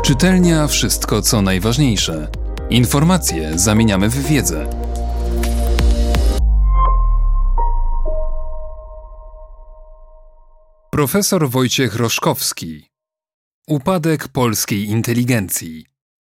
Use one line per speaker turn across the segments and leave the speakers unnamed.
Czytelnia wszystko, co najważniejsze. Informacje zamieniamy w wiedzę. Profesor Wojciech Roszkowski. Upadek polskiej inteligencji.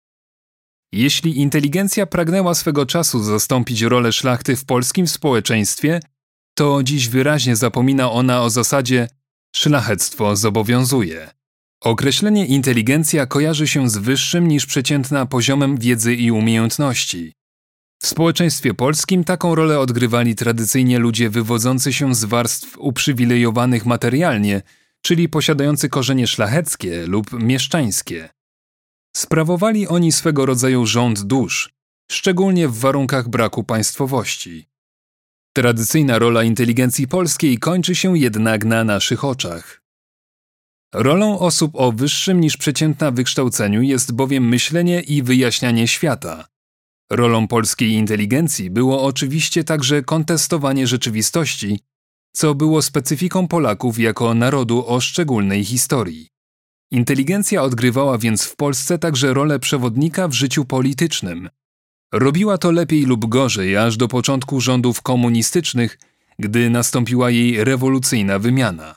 Jeśli inteligencja pragnęła swego czasu zastąpić rolę szlachty w polskim społeczeństwie, to dziś wyraźnie zapomina ona o zasadzie szlachectwo zobowiązuje. Określenie inteligencja kojarzy się z wyższym niż przeciętna poziomem wiedzy i umiejętności. W społeczeństwie polskim taką rolę odgrywali tradycyjnie ludzie wywodzący się z warstw uprzywilejowanych materialnie, czyli posiadający korzenie szlacheckie lub mieszczańskie. Sprawowali oni swego rodzaju rząd dusz, szczególnie w warunkach braku państwowości. Tradycyjna rola inteligencji polskiej kończy się jednak na naszych oczach. Rolą osób o wyższym niż przeciętna wykształceniu jest bowiem myślenie i wyjaśnianie świata. Rolą polskiej inteligencji było oczywiście także kontestowanie rzeczywistości, co było specyfiką Polaków jako narodu o szczególnej historii. Inteligencja odgrywała więc w Polsce także rolę przewodnika w życiu politycznym. Robiła to lepiej lub gorzej aż do początku rządów komunistycznych, gdy nastąpiła jej rewolucyjna wymiana.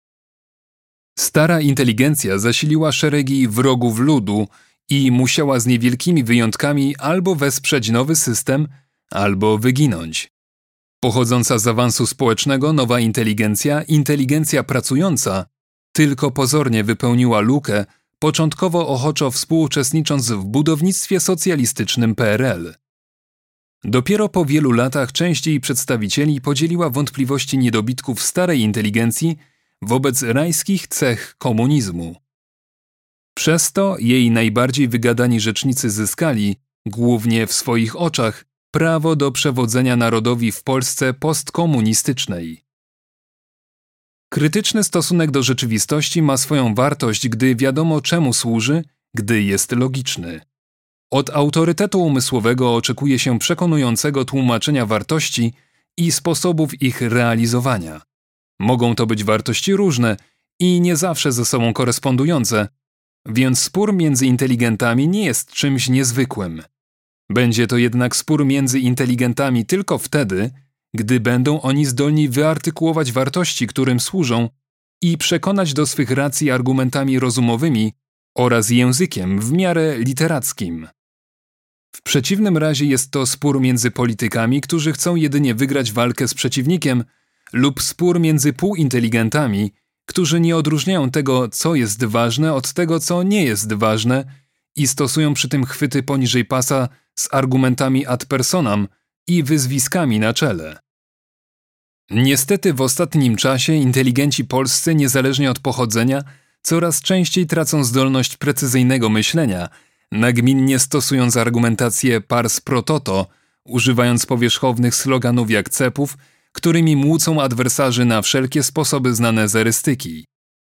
Stara inteligencja zasiliła szeregi wrogów ludu i musiała z niewielkimi wyjątkami albo wesprzeć nowy system, albo wyginąć. Pochodząca z awansu społecznego nowa inteligencja pracująca, tylko pozornie wypełniła lukę, początkowo ochoczo współuczestnicząc w budownictwie socjalistycznym PRL. Dopiero po wielu latach część jej przedstawicieli podzieliła wątpliwości niedobitków starej inteligencji wobec rajskich cech komunizmu. Przez to jej najbardziej wygadani rzecznicy zyskali, głównie w swoich oczach, prawo do przewodzenia narodowi w Polsce postkomunistycznej. Krytyczny stosunek do rzeczywistości ma swoją wartość, gdy wiadomo czemu służy, gdy jest logiczny. Od autorytetu umysłowego oczekuje się przekonującego tłumaczenia wartości i sposobów ich realizowania. Mogą to być wartości różne i nie zawsze ze sobą korespondujące, więc spór między inteligentami nie jest czymś niezwykłym. Będzie to jednak spór między inteligentami tylko wtedy, gdy będą oni zdolni wyartykułować wartości, którym służą i przekonać do swych racji argumentami rozumowymi oraz językiem w miarę literackim. W przeciwnym razie jest to spór między politykami, którzy chcą jedynie wygrać walkę z przeciwnikiem, lub spór między półinteligentami, którzy nie odróżniają tego, co jest ważne, od tego, co nie jest ważne i stosują przy tym chwyty poniżej pasa z argumentami ad personam i wyzwiskami na czele. Niestety w ostatnim czasie inteligenci polscy, niezależnie od pochodzenia, coraz częściej tracą zdolność precyzyjnego myślenia, nagminnie stosując argumentację pars pro toto, używając powierzchownych sloganów jak cepów, którymi młócą adwersarzy na wszelkie sposoby znane z erystyki.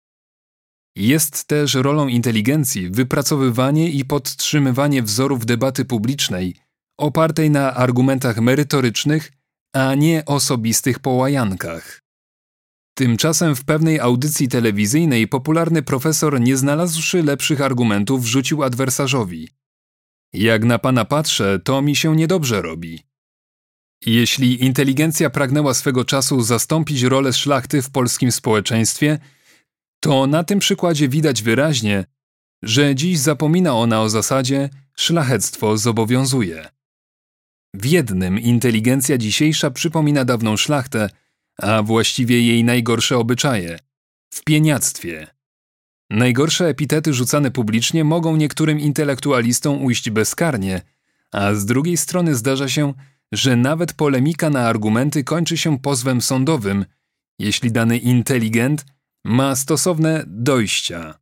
Jest też rolą inteligencji wypracowywanie i podtrzymywanie wzorów debaty publicznej opartej na argumentach merytorycznych, a nie osobistych połajankach. Tymczasem w pewnej audycji telewizyjnej popularny profesor, nie znalazłszy lepszych argumentów, rzucił adwersarzowi: „Jak na pana patrzę, to mi się niedobrze robi”. Jeśli inteligencja pragnęła swego czasu zastąpić rolę szlachty w polskim społeczeństwie, to na tym przykładzie widać wyraźnie, że dziś zapomina ona o zasadzie szlachectwo zobowiązuje. W jednym inteligencja dzisiejsza przypomina dawną szlachtę, a właściwie jej najgorsze obyczaje – w pieniactwie. Najgorsze epitety rzucane publicznie mogą niektórym intelektualistom ujść bezkarnie, a z drugiej strony zdarza się, że nawet polemika na argumenty kończy się pozwem sądowym, jeśli dany inteligent ma stosowne dojścia.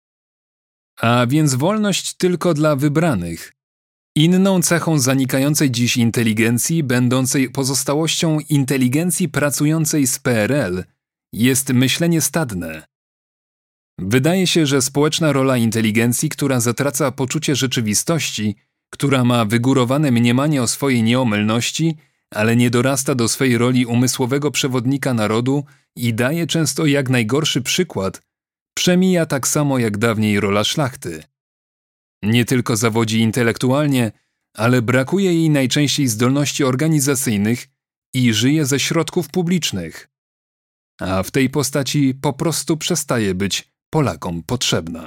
A więc wolność tylko dla wybranych. Inną cechą zanikającej dziś inteligencji, będącej pozostałością inteligencji pracującej z PRL, jest myślenie stadne. Wydaje się, że społeczna rola inteligencji, która zatraca poczucie rzeczywistości, która ma wygórowane mniemanie o swojej nieomylności, ale nie dorasta do swej roli umysłowego przewodnika narodu i daje często jak najgorszy przykład, przemija tak samo jak dawniej rola szlachty. Nie tylko zawodzi intelektualnie, ale brakuje jej najczęściej zdolności organizacyjnych i żyje ze środków publicznych. A w tej postaci po prostu przestaje być Polakom potrzebna.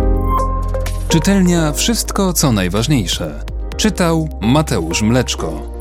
Czytelnia Wszystko, co najważniejsze. Czytał Mateusz Mleczko.